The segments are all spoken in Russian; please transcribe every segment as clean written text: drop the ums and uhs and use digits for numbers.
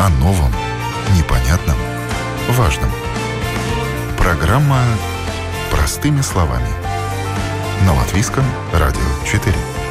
О новом, непонятном, важном. Программа «Простыми словами» на Латвийском радио 4.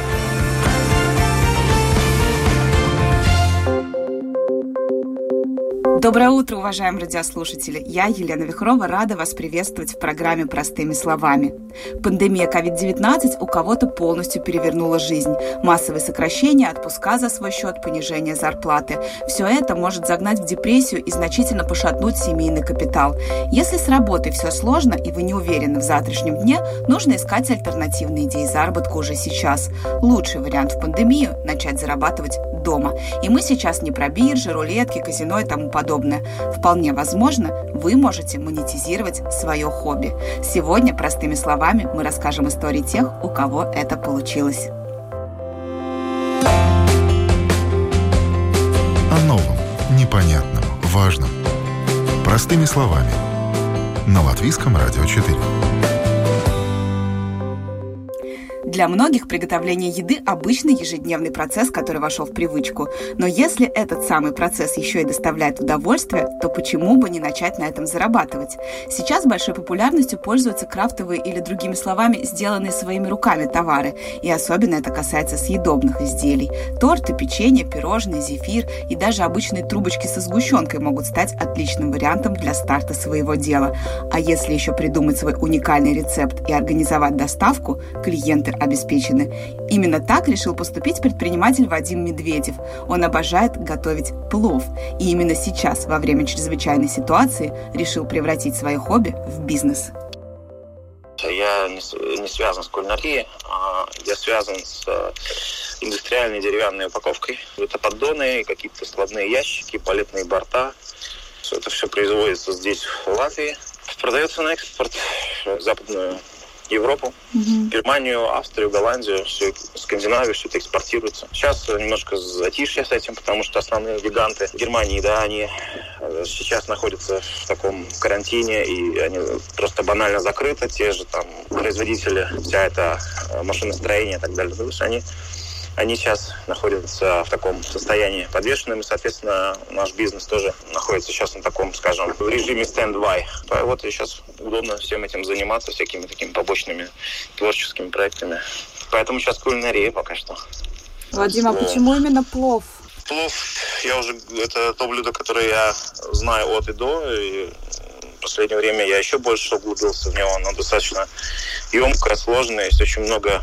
Доброе утро, уважаемые радиослушатели! Я, Елена Вихрова, рада вас приветствовать в программе «Простыми словами». Пандемия COVID-19 у кого-то полностью перевернула жизнь. Массовые сокращения, отпуска за свой счет, понижение зарплаты. Все это может загнать в депрессию и значительно пошатнуть семейный капитал. Если с работой все сложно и вы не уверены в завтрашнем дне, нужно искать альтернативные идеи заработка уже сейчас. Лучший вариант в пандемию – начать зарабатывать дома. И мы сейчас не про биржи, рулетки, казино и тому подобное. Вполне возможно, вы можете монетизировать свое хобби. Сегодня, простыми словами, мы расскажем истории тех, у кого это получилось. О новом, непонятном, важном. Простыми словами. На Латвийском радио 4. Для многих приготовление еды – обычный ежедневный процесс, который вошел в привычку. Но если этот самый процесс еще и доставляет удовольствие, то почему бы не начать на этом зарабатывать? Сейчас большой популярностью пользуются крафтовые или, другими словами, сделанные своими руками товары. И особенно это касается съедобных изделий. Торты, печенье, пирожные, зефир и даже обычные трубочки со сгущенкой могут стать отличным вариантом для старта своего дела. А если еще придумать свой уникальный рецепт и организовать доставку, клиенты обеспечены. Именно так решил поступить предприниматель Вадим Медведев. Он обожает готовить плов. И именно сейчас, во время чрезвычайной ситуации, решил превратить свое хобби в бизнес. Я не связан с кулинарией, я связан с индустриальной деревянной упаковкой. Это поддоны, какие-то складные ящики, палетные борта. Это все производится здесь, в Латвии. Продается на экспорт в Западную Европу, Германию, Австрию, Голландию, всю Скандинавию, все это экспортируется. Сейчас немножко затишье с этим, потому что основные гиганты Германии, да, они сейчас находятся в таком карантине, и они просто банально закрыты. Те же там производители, вся эта машиностроение и так далее, они сейчас находятся в таком состоянии подвешенным, и, соответственно, наш бизнес тоже находится сейчас на таком, скажем, в режиме stand-by. Вот и сейчас удобно всем этим заниматься, всякими такими побочными творческими проектами. Поэтому сейчас кулинария пока что. Вадим, а почему именно плов? Плов, это то блюдо, которое я знаю от и до, и в последнее время я еще больше углубился в него. Оно достаточно емкое, сложное, есть очень много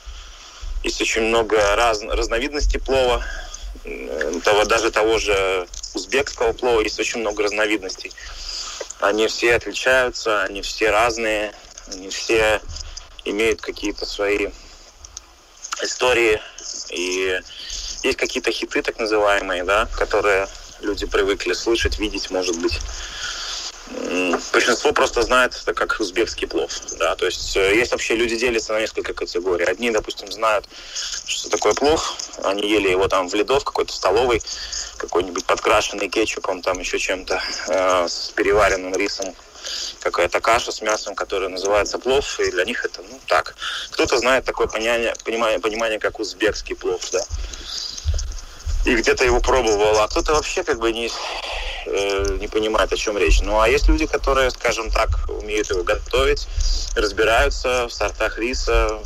разновидностей плова, даже того же узбекского плова есть очень много разновидностей. Они все отличаются, они все разные, они все имеют какие-то свои истории. И есть какие-то хиты, так называемые, да, которые люди привыкли слышать, видеть, может быть. Большинство просто знает это как узбекский плов, да, то есть вообще люди делятся на несколько категорий. Одни, допустим, знают, что такое плов, они ели его там в ледов какой-то столовой, какой-нибудь подкрашенный кетчупом, там еще чем-то, с переваренным рисом, какая-то каша с мясом, которая называется плов, и для них это, так. Кто-то знает такое понимание, как узбекский плов, да, и где-то его пробовал, а кто-то вообще не понимает, о чем речь. А есть люди, которые, скажем так, умеют его готовить, разбираются в сортах риса,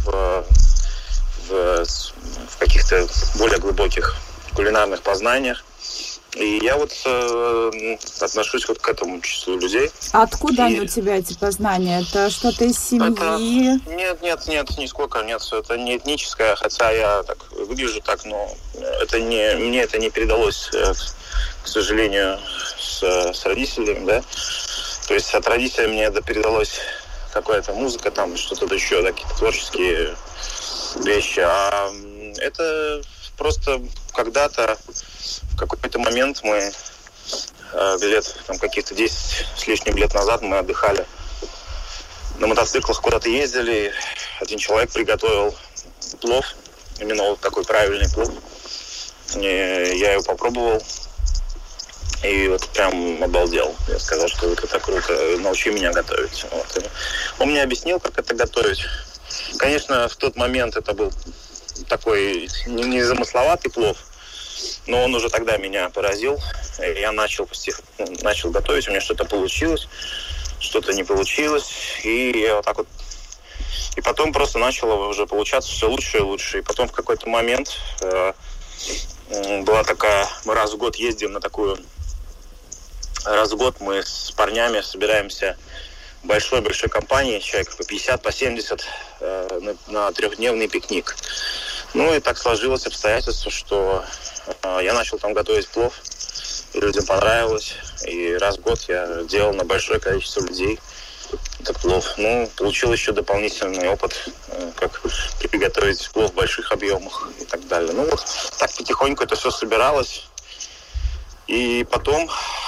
в каких-то более глубоких кулинарных познаниях. И я отношусь к этому числу людей. А откуда они у тебя, эти познания? Это что-то из семьи? Нет, нисколько нет. Это не этническое, хотя я так выгляжу так, но мне это не передалось, к сожалению, с родителями, да. То есть от родителей мне это передалось какая-то музыка, там что-то еще, какие-то творческие вещи. А это просто когда-то, в какой-то момент мы каких-то 10 с лишним лет назад мы отдыхали на мотоциклах, куда-то ездили. Один человек приготовил плов, именно такой правильный плов. И я его попробовал. И прям обалдел. Я сказал, что это круто, научи меня готовить. Он мне объяснил, как это готовить. Конечно, в тот момент это был такой незамысловатый плов. Но он уже тогда меня поразил. Я начал готовить, у меня что-то получилось, что-то не получилось. И вот так вот. И потом просто начало уже получаться все лучше и лучше. И потом в какой-то момент была такая... Мы раз в год ездим на такую... Раз в год мы с парнями собираемся в большой-большой компании, человек по 50, по 70, на 3-дневный пикник. Ну и так сложилось обстоятельство, что я начал там готовить плов, и людям понравилось. И раз в год я делал на большое количество людей этот плов. Ну, получил еще дополнительный опыт, как приготовить плов в больших объемах и так далее. Ну вот так потихоньку это все собиралось. И потом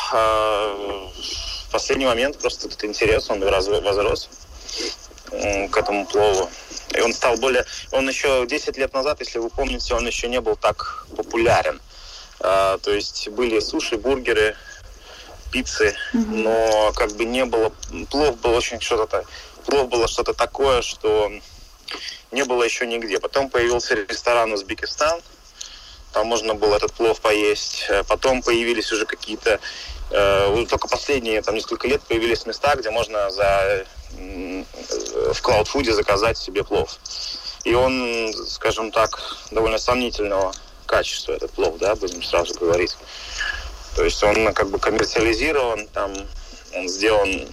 в последний момент просто этот интерес, он возрос к этому плову. И он стал Он еще 10 лет назад, если вы помните, он еще не был так популярен. То есть были суши, бургеры, пиццы, но как бы не было... Плов было что-то такое, что не было еще нигде. Потом появился ресторан «Узбекистан», там можно было этот плов поесть. Потом появились уже какие-то... только последние несколько лет появились места, где можно в клаудфуде заказать себе плов. И он, скажем так, довольно сомнительного качества, этот плов, да, будем сразу говорить. То есть он как бы коммерциализирован, там он сделан,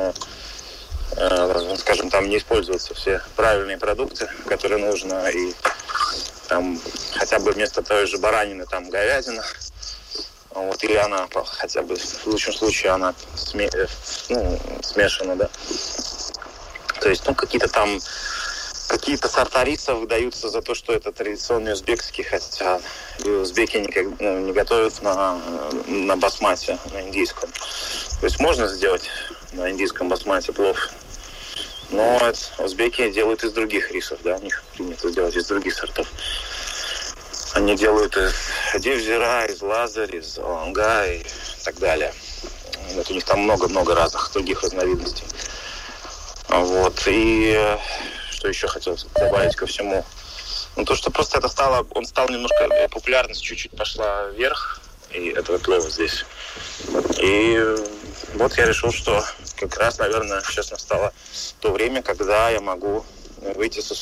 скажем, там не используются все правильные продукты, которые нужно, и там хотя бы вместо той же баранины там говядина, вот, или она хотя бы в лучшем случае она смешана, да. То есть, какие-то сорта риса выдаются за то, что это традиционный узбекский, хотя и узбеки не готовят на басмате, на индийском. То есть можно сделать на индийском басмате плов, но узбеки делают из других рисов, да, у них принято делать из других сортов. Они делают из девзира, из лазарь, из аланга и так далее. Вот у них там много-много разных других разновидностей. Вот, и что еще хотел добавить ко всему? Ну, то, что просто он стал немножко, популярность чуть-чуть пошла вверх, и этого плова здесь. И вот я решил, что как раз, наверное, сейчас настало то время, когда я могу выйти со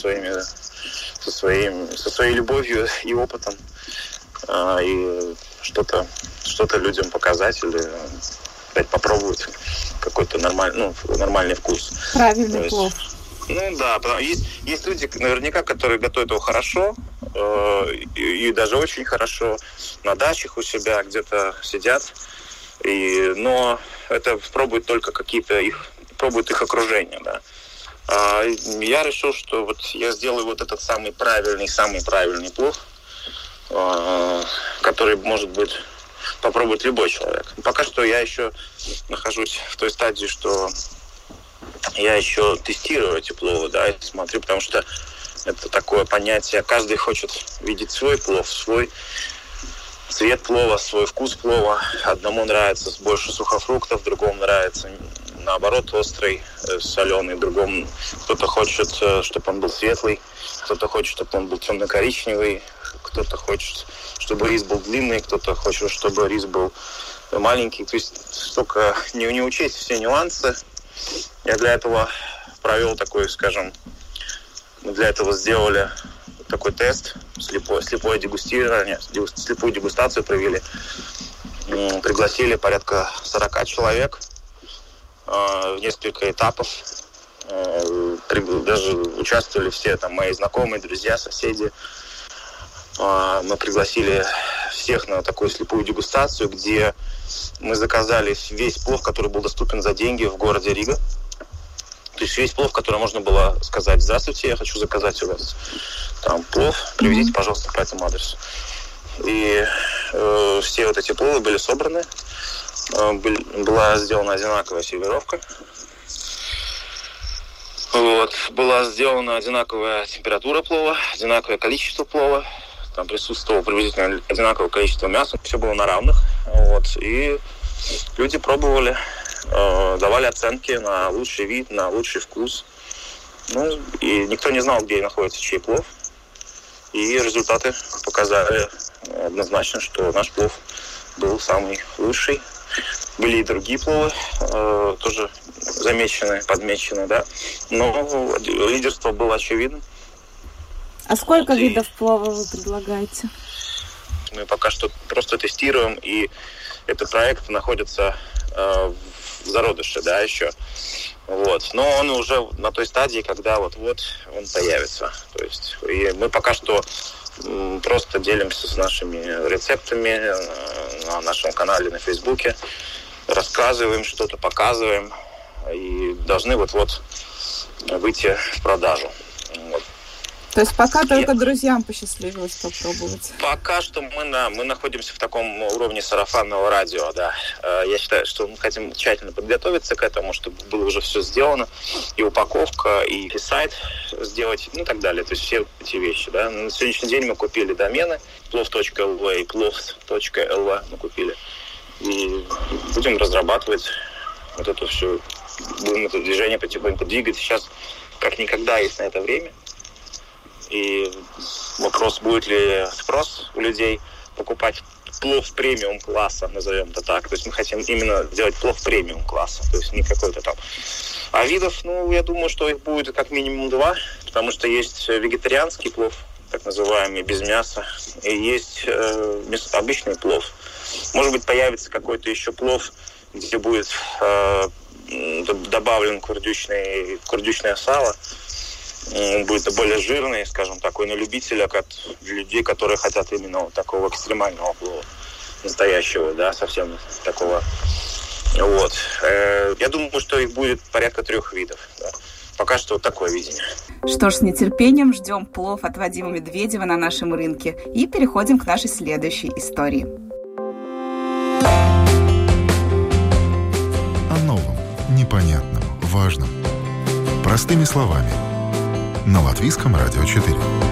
своей любовью и опытом, и что-то людям показать или опять попробовать какой-то нормальный вкус. Правильный плов. Ну да, есть люди наверняка, которые готовят его хорошо, и даже очень хорошо, на дачах у себя где-то сидят, но это пробуют только пробуют их окружение, да. Я решил, что вот я сделаю вот этот самый правильный плов, который, может быть, попробует любой человек. Пока что я еще нахожусь в той стадии, что я еще тестирую эти пловы, да, и смотрю, потому что это такое понятие, каждый хочет видеть свой плов, свой цвет плова, свой вкус плова. Одному нравится больше сухофруктов, другому нравится наоборот острый, соленый, другому кто-то хочет, чтобы он был светлый, кто-то хочет, чтобы он был темно-коричневый, кто-то хочет, чтобы рис был длинный, кто-то хочет, чтобы рис был маленький. То есть столько не учесть все нюансы. Я для этого провел такой, скажем, мы для этого сделали такой тест, слепое дегустирование, слепую дегустацию провели. Пригласили порядка 40 человек в несколько этапов. Даже участвовали все там мои знакомые, друзья, соседи. Мы пригласили всех на такую слепую дегустацию, где мы заказали весь плов, который был доступен за деньги в городе Рига. То есть весь плов, который можно было сказать: здравствуйте, я хочу заказать у вас там плов, привезите, пожалуйста, по этому адресу. И все вот эти пловы были собраны, была сделана одинаковая сервировка. Вот. Была сделана одинаковая температура плова, одинаковое количество плова. Там присутствовало приблизительно одинаковое количество мяса. Все было на равных. Вот. И люди пробовали, давали оценки на лучший вид, на лучший вкус. Ну, и никто не знал, где находится чей плов. И результаты показали однозначно, что наш плов был самый лучший. Были и другие пловы, тоже замечены, подмечены, да. Но лидерство было очевидным. А сколько видов плова вы предлагаете? Мы пока что просто тестируем, и этот проект находится в зародыше, да, еще. Вот. Но он уже на той стадии, когда вот-вот он появится. То есть, и мы пока что просто делимся с нашими рецептами на нашем канале на Фейсбуке, рассказываем что-то, показываем, и должны вот-вот выйти в продажу. Вот. То есть пока только друзьям посчастливилось попробовать? Пока что мы находимся в таком уровне сарафанного радио, да. Я считаю, что мы хотим тщательно подготовиться к этому, чтобы было уже все сделано, и упаковка, и сайт сделать, и так далее. То есть все эти вещи, да. На сегодняшний день мы купили домены plov.lv и plov.lv мы купили. И будем разрабатывать вот это все, будем это движение потихоньку двигать. Сейчас как никогда есть на это время. И вопрос, будет ли спрос у людей покупать плов премиум класса, назовем это так. То есть мы хотим именно сделать плов премиум класса, то есть не какой-то там. А видов, я думаю, что их будет как минимум 2, потому что есть вегетарианский плов, так называемый, без мяса, и есть обычный плов. Может быть, появится какой-то еще плов, где будет добавлен курдючное сало. Он будет более жирный, скажем, такой на любителя, как для людей, которые хотят именно вот такого экстремального плова, настоящего, да, совсем такого. Вот. Я думаю, что их будет порядка 3 видов. Да. Пока что вот такое видение. Что ж, с нетерпением ждем плов от Вадима Медведева на нашем рынке и переходим к нашей следующей истории. О новом, непонятном, важном. Простыми словами. На Латвийском радио 4.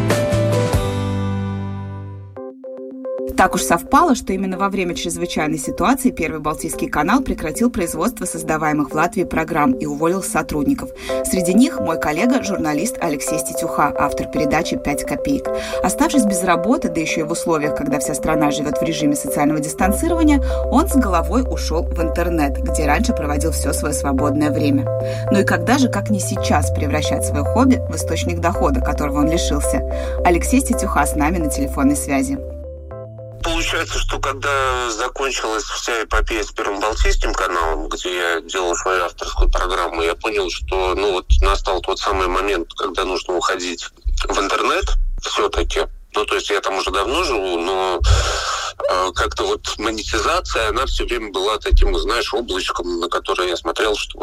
Так уж совпало, что именно во время чрезвычайной ситуации Первый Балтийский канал прекратил производство создаваемых в Латвии программ и уволил сотрудников. Среди них мой коллега, журналист Алексей Стетюха, автор передачи «5 копеек». Оставшись без работы, да еще и в условиях, когда вся страна живет в режиме социального дистанцирования, он с головой ушел в интернет, где раньше проводил все свое свободное время. Ну и когда же, как не сейчас, превращать свое хобби в источник дохода, которого он лишился? Алексей Стетюха с нами на телефонной связи. Получается, что когда закончилась вся эпопея с Первым Балтийским каналом, где я делал свою авторскую программу, я понял, что настал тот самый момент, когда нужно уходить в интернет все-таки. То есть я там уже давно живу, но как-то монетизация, она все время была таким, облачком, на которое я смотрел, что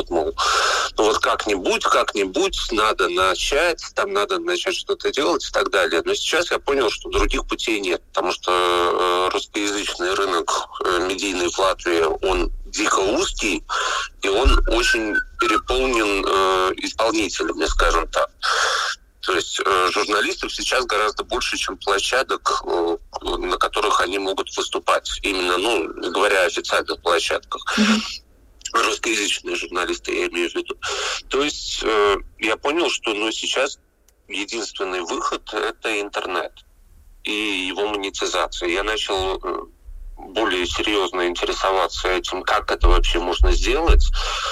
как-нибудь надо начать что-то делать и так далее. Но сейчас я понял, что других путей нет, потому что русскоязычный рынок медийный в Латвии, он дико узкий, и он очень переполнен исполнителями, скажем так. То есть журналистов сейчас гораздо больше, чем площадок, на которых они могут выступать. Именно, говоря о официальных площадках. Русскоязычные журналисты, я имею в виду. То есть я понял, что сейчас единственный выход – это интернет и его монетизация. Я начал более серьезно интересоваться этим, как это вообще можно сделать.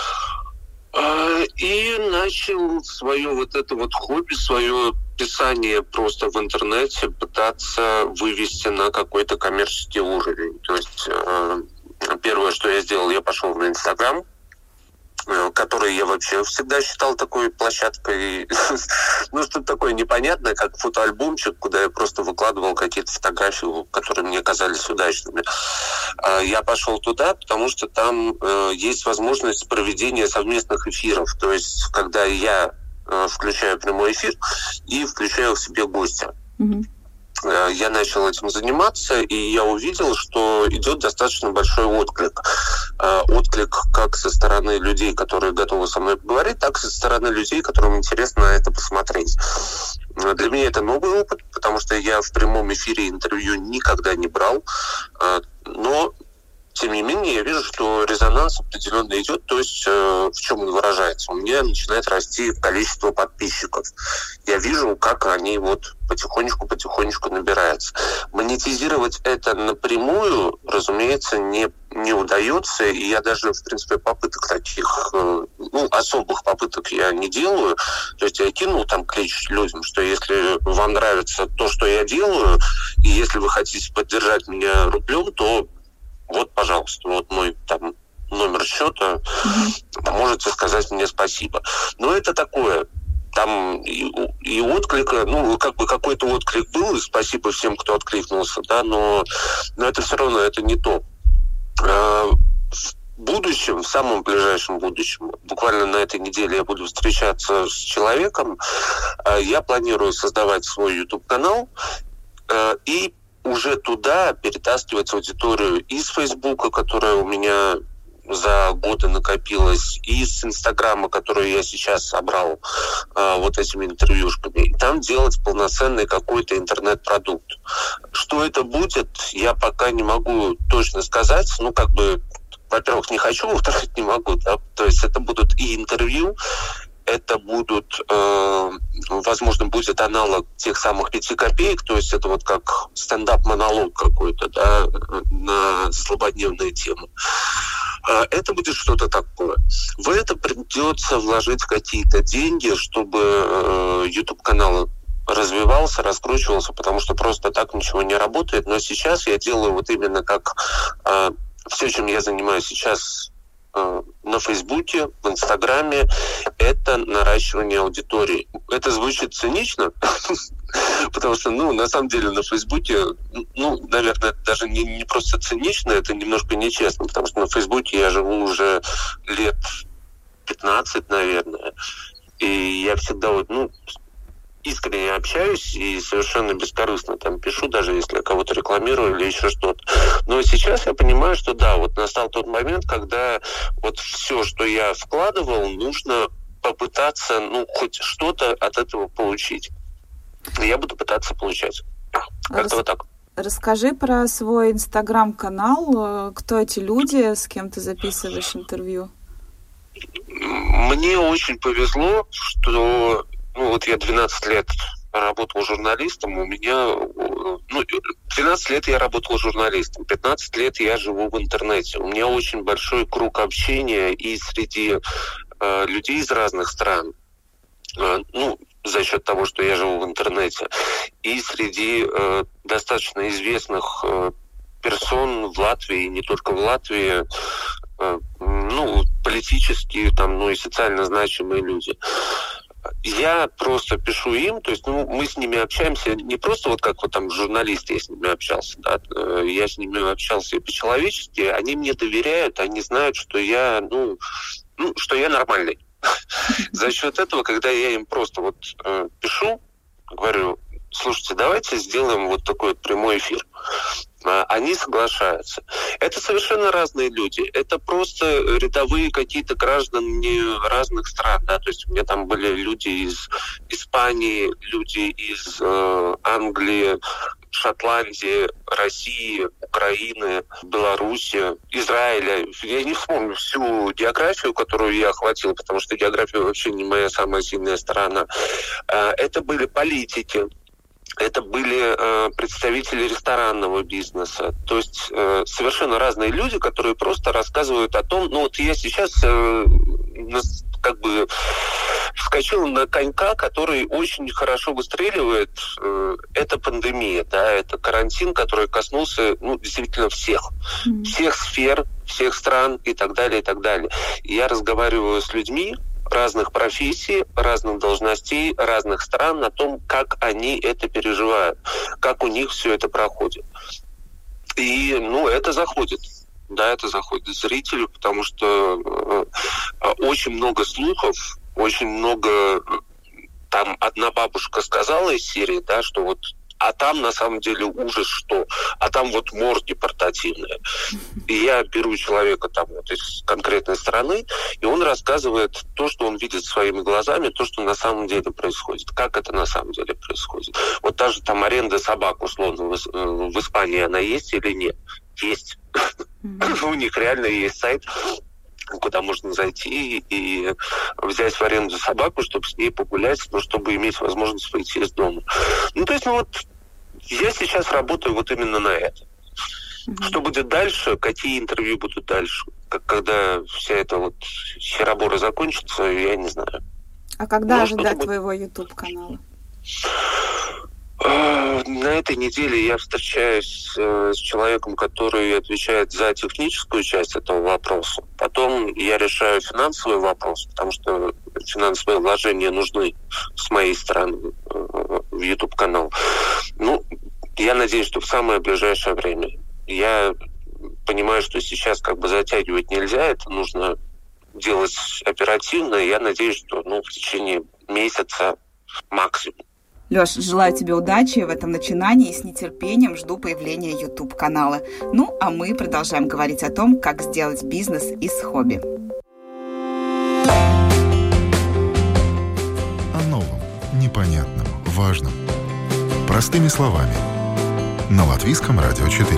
И начал свое хобби, свое писание просто в интернете пытаться вывести на какой-то коммерческий уровень. То есть первое, что я сделал, я пошел на Инстаграм, который я вообще всегда считал такой площадкой, что-то такое непонятное, как фотоальбомчик, куда я просто выкладывал какие-то фотографии, которые мне казались удачными. Я пошел туда, потому что там есть возможность проведения совместных эфиров. То есть, когда я включаю прямой эфир и включаю в себе гостя. Я начал этим заниматься, и я увидел, что идет достаточно большой отклик. Отклик как со стороны людей, которые готовы со мной поговорить, так и со стороны людей, которым интересно на это посмотреть. Для меня это новый опыт, потому что я в прямом эфире интервью никогда не брал, но тем не менее, я вижу, что резонанс определенно идет, то есть в чем он выражается. У меня начинает расти количество подписчиков. Я вижу, как они вот потихонечку набираются. Монетизировать это напрямую, разумеется, не удается, и я даже, в принципе, попыток таких, особых попыток я не делаю. То есть я кинул там клич людям, что если вам нравится то, что я делаю, и если вы хотите поддержать меня рублем, то вот, пожалуйста, вот мой там номер счета, можете сказать мне спасибо. Но это такое, там и отклика, какой-то отклик был, и спасибо всем, кто откликнулся, да, но это все равно, это не то. В будущем, в самом ближайшем будущем, буквально на этой неделе я буду встречаться с человеком, я планирую создавать свой YouTube-канал и уже туда перетаскивать аудиторию из Фейсбука, которая у меня за годы накопилась, и с Инстаграма, которую я сейчас собрал вот этими интервьюшками, и там делать полноценный какой-то интернет-продукт. Что это будет, я пока не могу точно сказать. Во-первых, не хочу, во-вторых, не могу. Да? То есть это будут и интервью, это будут, возможно, будет аналог тех самых 5 копеек, то есть это вот как стендап-монолог какой-то, да, на злободневные темы. Это будет что-то такое. В это придется вложить какие-то деньги, чтобы YouTube-канал развивался, раскручивался, потому что просто так ничего не работает. Но сейчас я делаю вот именно как все, чем я занимаюсь сейчас на Фейсбуке, в Инстаграме, это наращивание аудитории. Это звучит цинично, потому что, на самом деле, на Фейсбуке, наверное, даже не просто цинично, это немножко нечестно, потому что на Фейсбуке я живу уже лет 15, наверное, и я всегда искренне общаюсь и совершенно бескорыстно там пишу, даже если я кого-то рекламирую или еще что-то. Но сейчас я понимаю, что да, вот настал тот момент, когда вот все, что я вкладывал, нужно попытаться, хоть что-то от этого получить. И я буду пытаться получать. Как-то вот так. Расскажи про свой Инстаграм-канал. Кто эти люди, с кем ты записываешь интервью? Мне очень повезло, что я 12 лет работал журналистом, 12 лет я работал журналистом, 15 лет я живу в интернете. У меня очень большой круг общения и среди людей из разных стран, за счет того, что я живу в интернете, и среди достаточно известных персон в Латвии, не только в Латвии, политические и социально значимые люди. Я просто пишу им, то есть мы с ними общаемся не просто вот как журналист я с ними общался, да, я с ними общался и по-человечески, они мне доверяют, они знают, что я, что я нормальный. За счет этого, когда я им просто пишу, говорю, слушайте, давайте сделаем вот такой прямой эфир. Они соглашаются. Это совершенно разные люди. Это просто рядовые какие-то граждане разных стран. Да? То есть у меня там были люди из Испании, люди из Англии, Шотландии, России, Украины, Беларуси, Израиля. Я не вспомню всю географию, которую я охватил, потому что география вообще не моя самая сильная сторона. Это были политики. Это были представители ресторанного бизнеса. То есть совершенно разные люди, которые просто рассказывают о том... я сейчас вскочил на конька, который очень хорошо выстреливает. Это пандемия, да, это карантин, который коснулся действительно всех. Всех сфер, всех стран и так далее, и так далее. И я разговариваю с людьми разных профессий, разных должностей, разных стран о том, как они это переживают, как у них все это проходит. И, это заходит. Да, это заходит зрителю, потому что очень много слухов, очень много... Там одна бабушка сказала из серии, да, что а там на самом деле ужас что, а там морги портативные. И я беру человека из конкретной страны, и он рассказывает то, что он видит своими глазами, то, что на самом деле происходит, как это на самом деле происходит. Вот та же аренда собак, условно, в Испании она есть или нет? Есть. У них реально есть сайт, куда можно зайти и взять в аренду собаку, чтобы с ней погулять, но чтобы иметь возможность выйти из дома. То есть, я сейчас работаю вот именно на это. Что будет дальше, какие интервью будут дальше, когда вся эта херобора закончится, я не знаю. А когда ожидать твоего YouTube-канала? На этой неделе я встречаюсь с человеком, который отвечает за техническую часть этого вопроса. Потом я решаю финансовый вопрос, потому что финансовые вложения нужны с моей стороны в YouTube-канал. Я надеюсь, что в самое ближайшее время. Я понимаю, что сейчас затягивать нельзя, это нужно делать оперативно. И я надеюсь, что в течение месяца максимум. Лёш, желаю тебе удачи в этом начинании и с нетерпением жду появления YouTube-канала. А мы продолжаем говорить о том, как сделать бизнес из хобби. О новом, непонятном, важном. Простыми словами. На Латвийском радио 4.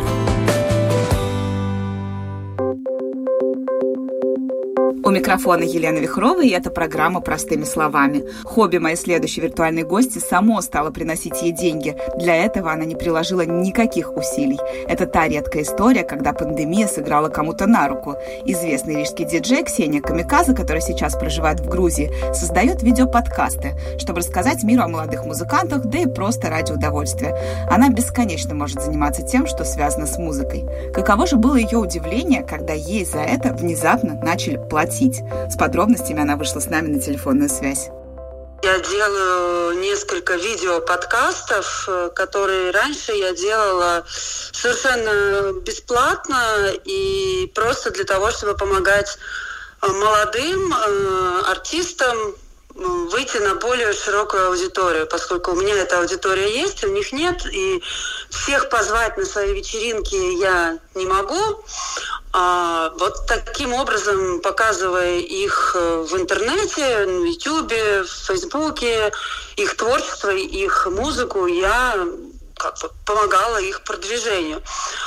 У микрофона Елена Вихрова, и это программа «Простыми словами». Хобби моей следующей виртуальной гости само стало приносить ей деньги. Для этого она не приложила никаких усилий. Это та редкая история, когда пандемия сыграла кому-то на руку. Известный рижский диджей Ксения Камиказе, которая сейчас проживает в Грузии, создает видеоподкасты, чтобы рассказать миру о молодых музыкантах, да и просто ради удовольствия. Она бесконечно может заниматься тем, что связано с музыкой. Каково же было ее удивление, когда ей за это внезапно начали платить. С подробностями она вышла с нами на телефонную связь. Я делаю несколько видео-подкастов, которые раньше я делала совершенно бесплатно и просто для того, чтобы помогать молодым артистам выйти на более широкую аудиторию, поскольку у меня эта аудитория есть, у них нет, и всех позвать на свои вечеринки я не могу. Вот таким образом, показывая их в интернете, на Ютубе, в Фейсбуке, их творчество, их музыку, я помогала их продвижению.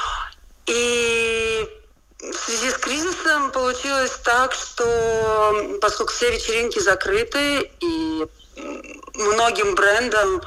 И в связи с кризисом получилось так, что поскольку все вечеринки закрыты и многим брендам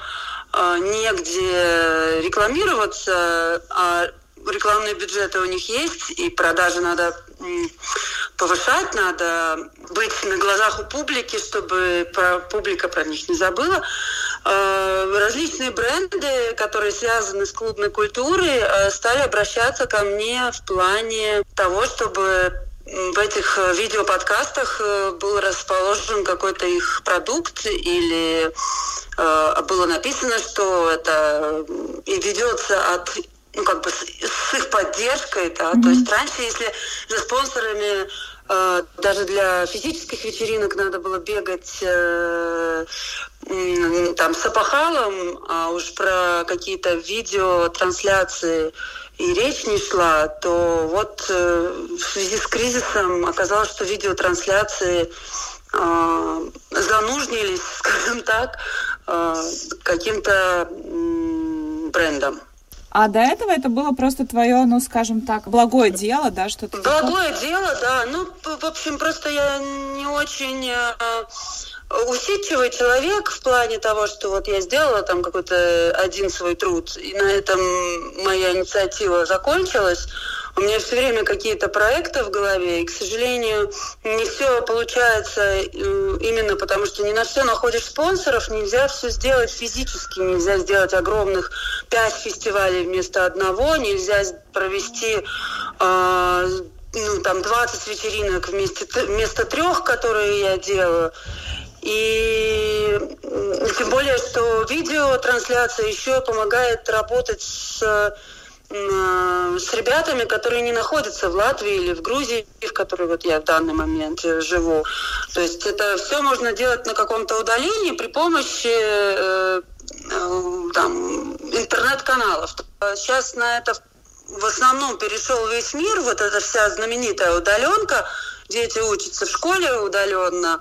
негде рекламироваться, а рекламные бюджеты у них есть, и продажи надо повышать, надо быть на глазах у публики, чтобы публика про них не забыла. Различные бренды, которые связаны с клубной культурой, стали обращаться ко мне в плане того, чтобы в этих видеоподкастах был расположен какой-то их продукт или было написано, что это и ведется от с их поддержкой, да. То есть раньше, если за спонсорами даже для физических вечеринок надо было бегать с опахалом, а уж про какие-то видеотрансляции и речь не шла, то вот в связи с кризисом оказалось, что видеотрансляции занужнились, скажем так, каким-то брендом. А до этого это было просто твое, скажем так, благое дело, да, что-то такое? Благое дело, да. В общем, просто я не очень усидчивый человек в плане того, что вот я сделала там какой-то один свой труд, и на этом моя инициатива закончилась. У меня все время какие-то проекты в голове, и, к сожалению, не все получается именно потому, что не на все находишь спонсоров, нельзя все сделать физически, нельзя сделать огромных 5 фестивалей вместо одного, нельзя провести 20 вечеринок вместо 3, которые я делаю. И тем более, что видеотрансляция еще помогает работать с ребятами, которые не находятся в Латвии или в Грузии, в которой вот я в данный момент живу. То есть это все можно делать на каком-то удалении при помощи интернет-каналов. Сейчас на это в основном перешел весь мир, вот эта вся знаменитая удаленка. Дети учатся в школе удаленно,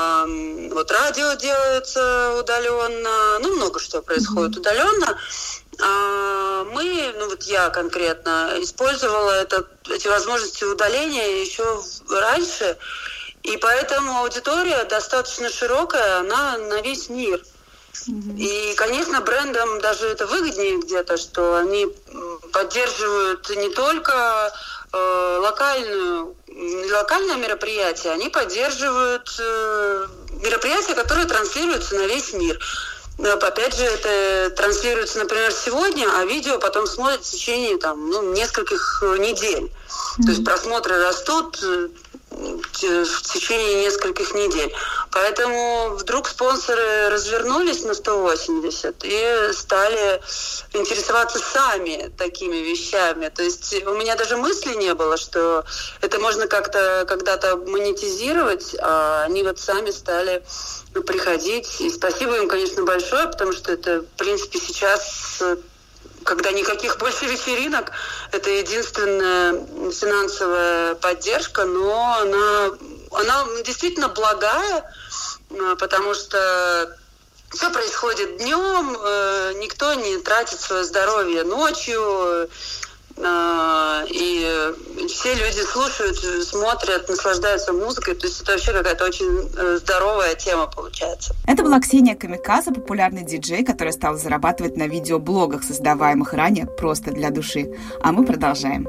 вот радио делается удаленно, много что происходит удаленно. Я конкретно использовала эти возможности удаления еще раньше, и поэтому аудитория достаточно широкая, она на весь мир. И, конечно, брендам даже это выгоднее где-то, что они поддерживают не только локальное мероприятие, они поддерживают мероприятия, которые транслируются на весь мир. Опять же, это транслируется, например, сегодня, а видео потом смотрят в течение нескольких недель. То есть просмотры растут в течение нескольких недель. Поэтому вдруг спонсоры развернулись на 180 и стали интересоваться сами такими вещами. То есть у меня даже мысли не было, что это можно как-то когда-то монетизировать, а они сами стали приходить. И спасибо им, конечно, большое, потому что это, в принципе, сейчас, когда никаких больше вечеринок, это единственная финансовая поддержка, но она действительно благая, потому что все происходит днем, никто не тратит свое здоровье ночью, и все люди слушают, смотрят, наслаждаются музыкой. То есть это вообще какая-то очень здоровая тема получается. Это была Ксения Камикадзе, популярный диджей, которая стала зарабатывать на видеоблогах, создаваемых ранее просто для души. А мы продолжаем.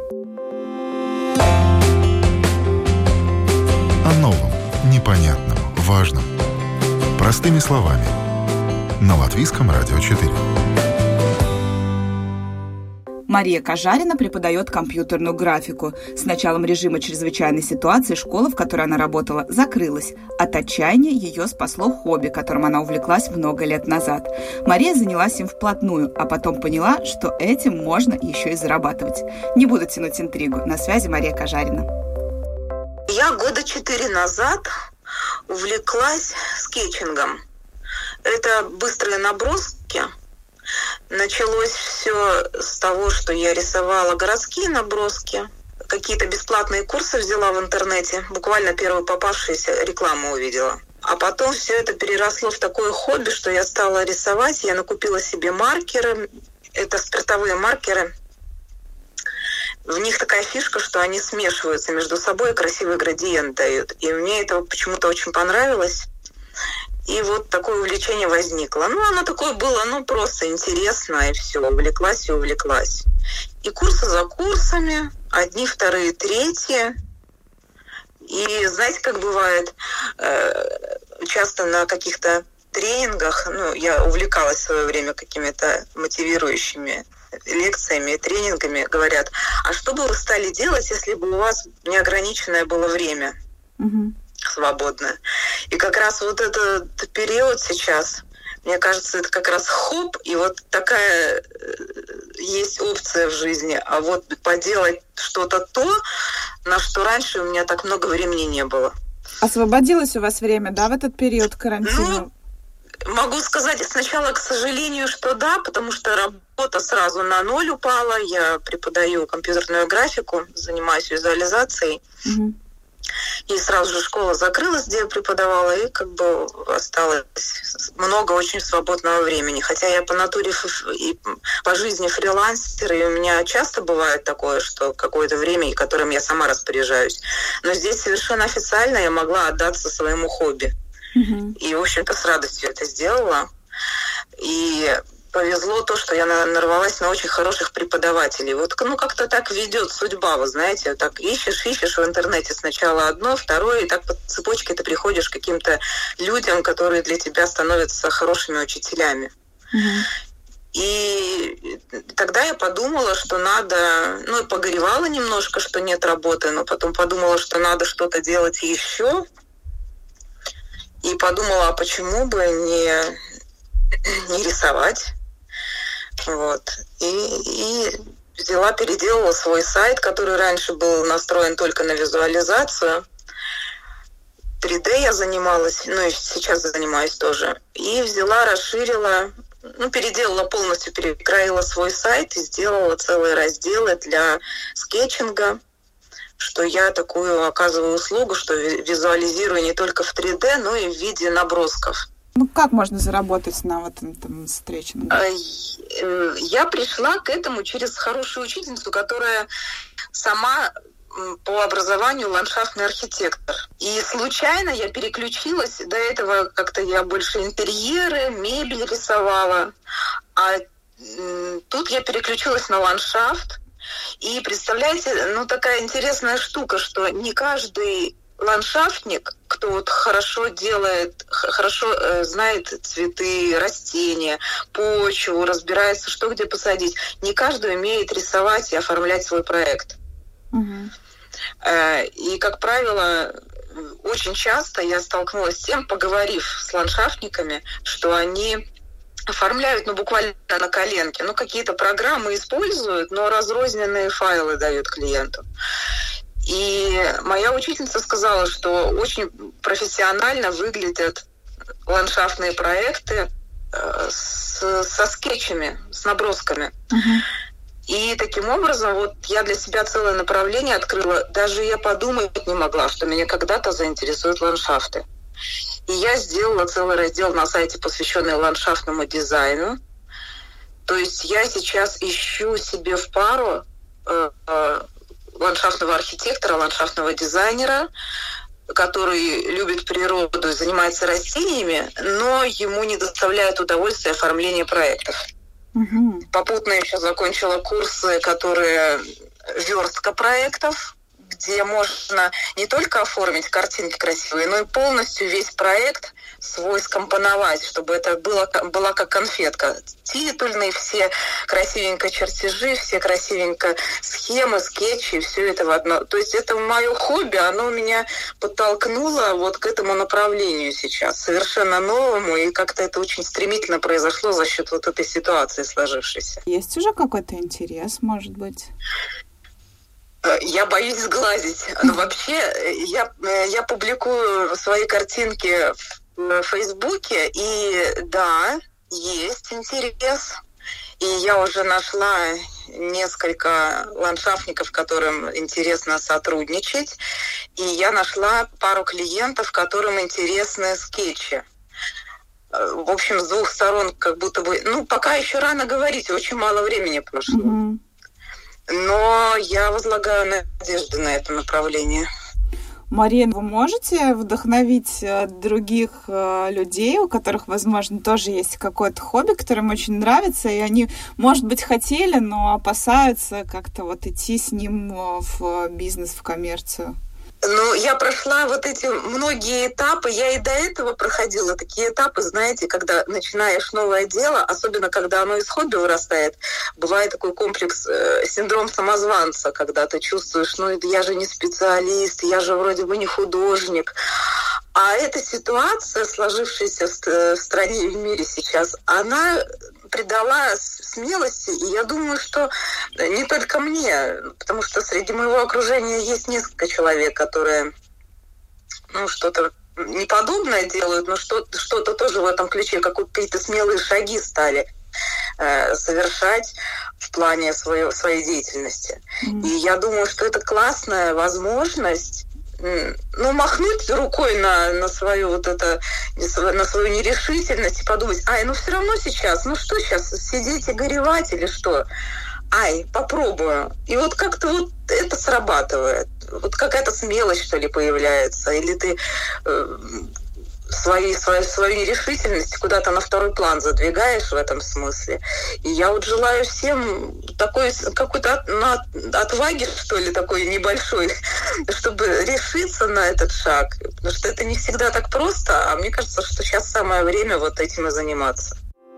О новом, непонятном, важном. Простыми словами. На Латвийском радио 4. Мария Кажарина преподает компьютерную графику. С началом режима чрезвычайной ситуации школа, в которой она работала, закрылась. От отчаяния ее спасло хобби, которым она увлеклась много лет назад. Мария занялась им вплотную, а потом поняла, что этим можно еще и зарабатывать. Не буду тянуть интригу. На связи Мария Кажарина. Я 4 года назад увлеклась скетчингом. Это быстрые наброски. Началось все с того, что я рисовала городские наброски. Какие-то бесплатные курсы взяла в интернете. Буквально первую попавшуюся рекламу увидела. А потом все это переросло в такое хобби, что я стала рисовать. Я накупила себе маркеры. Это спиртовые маркеры. В них такая фишка, что они смешиваются между собой и красивый градиент дают. И мне это почему-то очень понравилось. И такое увлечение возникло. Оно такое было, просто интересно, и все, увлеклась и увлеклась. И курсы за курсами, одни, вторые, третьи. И знаете, как бывает, часто на каких-то тренингах, я увлекалась в свое время какими-то мотивирующими лекциями и тренингами, говорят, а что бы вы стали делать, если бы у вас неограниченное было время? Свободно. И как раз этот период сейчас, мне кажется, это как раз хоп, и такая есть опция в жизни, а поделать что-то на что раньше у меня так много времени не было. Освободилось у вас время, да, в этот период карантина? Могу сказать сначала, к сожалению, что да, потому что работа сразу на 0 упала. Я преподаю компьютерную графику, занимаюсь визуализацией. И сразу же школа закрылась, где я преподавала, и осталось много очень свободного времени. Хотя я по натуре и по жизни фрилансер, и у меня часто бывает такое, что какое-то время, которым я сама распоряжаюсь. Но здесь совершенно официально я могла отдаться своему хобби. И, в общем-то, с радостью это сделала. И повезло то, что я нарвалась на очень хороших преподавателей. Как-то так ведет судьба, вы знаете. Так ищешь в интернете сначала одно, второе, и так по цепочке ты приходишь к каким-то людям, которые для тебя становятся хорошими учителями. И тогда я подумала, что надо... погоревала немножко, что нет работы, но потом подумала, что надо что-то делать еще. И подумала, а почему бы не рисовать? И переделала свой сайт, который раньше был настроен только на визуализацию. 3D я занималась, и сейчас занимаюсь тоже. И расширила, переделала полностью, перекроила свой сайт и сделала целые разделы для скетчинга, что я такую оказываю услугу, что визуализирую не только в 3D, но и в виде набросков. Ну, как можно заработать на вот этом стретчинге? Я пришла к этому через хорошую учительницу, которая сама по образованию ландшафтный архитектор. И случайно я переключилась. До этого как-то я больше интерьеры, мебель рисовала. А тут я переключилась на ландшафт. И представляете, такая интересная штука, что не каждый ландшафтник, кто вот хорошо делает, хорошо знает цветы, растения, почву, разбирается, что где посадить, не каждый умеет рисовать и оформлять свой проект. И, как правило, очень часто я столкнулась с тем, поговорив с ландшафтниками, что они оформляют, буквально на коленке. Какие-то программы используют, но разрозненные файлы дают клиенту. И моя учительница сказала, что очень профессионально выглядят ландшафтные проекты со скетчами, с набросками. И таким образом я для себя целое направление открыла. Даже я подумать не могла, что меня когда-то заинтересуют ландшафты. И я сделала целый раздел на сайте, посвященный ландшафтному дизайну. То есть я сейчас ищу себе в пару ландшафтного архитектора, ландшафтного дизайнера, который любит природу и занимается растениями, но ему не доставляет удовольствия оформление проектов. Попутно еще закончила курсы, которые верстка проектов, где можно не только оформить картинки красивые, но и полностью весь проект свой скомпоновать, чтобы это была как конфетка. Титульные все красивенько чертежи, все красивенько схемы, скетчи, все это в одно. То есть это мое хобби, оно меня подтолкнуло к этому направлению сейчас, совершенно новому, и как-то это очень стремительно произошло за счет этой ситуации сложившейся. Есть уже какой-то интерес, может быть? Я боюсь сглазить. Но вообще я публикую свои картинки в Фейсбуке, и да, есть интерес. И я уже нашла несколько ландшафтников, которым интересно сотрудничать. И я нашла пару клиентов, которым интересны скетчи. В общем, с двух сторон как будто бы... пока еще рано говорить, очень мало времени прошло. Но я возлагаю надежды на это направление. Марина, вы можете вдохновить других людей, у которых, возможно, тоже есть какое-то хобби, которое им очень нравится, и они, может быть, хотели, но опасаются как-то идти с ним в бизнес, в коммерцию? Я прошла эти многие этапы. Я и до этого проходила такие этапы, знаете, когда начинаешь новое дело, особенно когда оно из хобби вырастает, бывает такой комплекс, синдром самозванца, когда ты чувствуешь, я же не специалист, я же вроде бы не художник. А эта ситуация, сложившаяся в стране и в мире сейчас, она придала смелости, и я думаю, что не только мне, потому что среди моего окружения есть несколько человек, которые что-то неподобное делают, но что-то тоже в этом ключе, какие-то смелые шаги стали совершать в плане своей деятельности. И я думаю, что это классная возможность махнуть рукой на свою на свою нерешительность и подумать, все равно сейчас, что сейчас, сидеть и горевать или что? Попробую. И как-то это срабатывает. Какая-то смелость, что ли, появляется. Или ты свою нерешительность куда-то на второй план задвигаешь в этом смысле. И я желаю всем какой-то отваги, что ли, такой небольшой, чтобы решиться на этот шаг. Потому что это не всегда так просто, а мне кажется, что сейчас самое время этим и заниматься.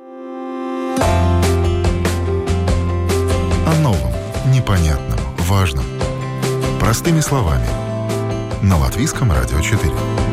О новом, непонятном, важном. Простыми словами. На Латвийском радио 4.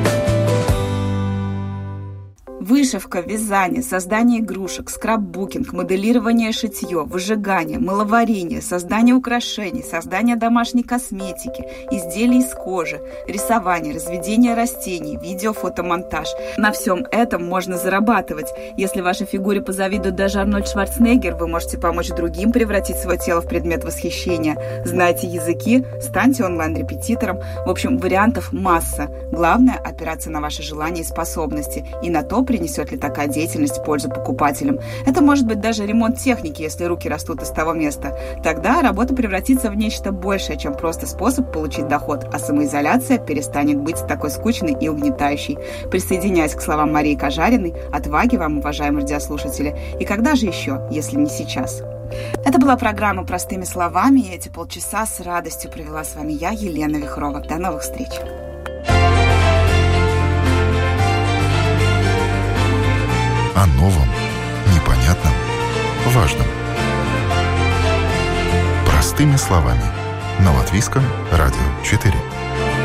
Вышивка, вязание, создание игрушек, скрапбукинг, моделирование, шитье, выжигание, мыловарение, создание украшений, создание домашней косметики, изделий из кожи, рисование, разведение растений, видео-фотомонтаж. На всем этом можно зарабатывать. Если вашей фигуре позавидует даже Арнольд Шварценеггер, вы можете помочь другим превратить свое тело в предмет восхищения. Знаете языки, станьте онлайн-репетитором. В общем, вариантов масса. Главное – опираться на ваши желания и способности. И на то, принесет ли такая деятельность пользу покупателям. Это может быть даже ремонт техники, если руки растут из того места. Тогда работа превратится в нечто большее, чем просто способ получить доход, а самоизоляция перестанет быть такой скучной и угнетающей. Присоединяясь к словам Марии Кожариной, отваги вам, уважаемые радиослушатели, и когда же еще, если не сейчас? Это была программа «Простыми словами», и эти полчаса с радостью провела с вами я, Елена Вихрова. До новых встреч! О новом, непонятном, важном. Простыми словами. На Латвийском радио 4.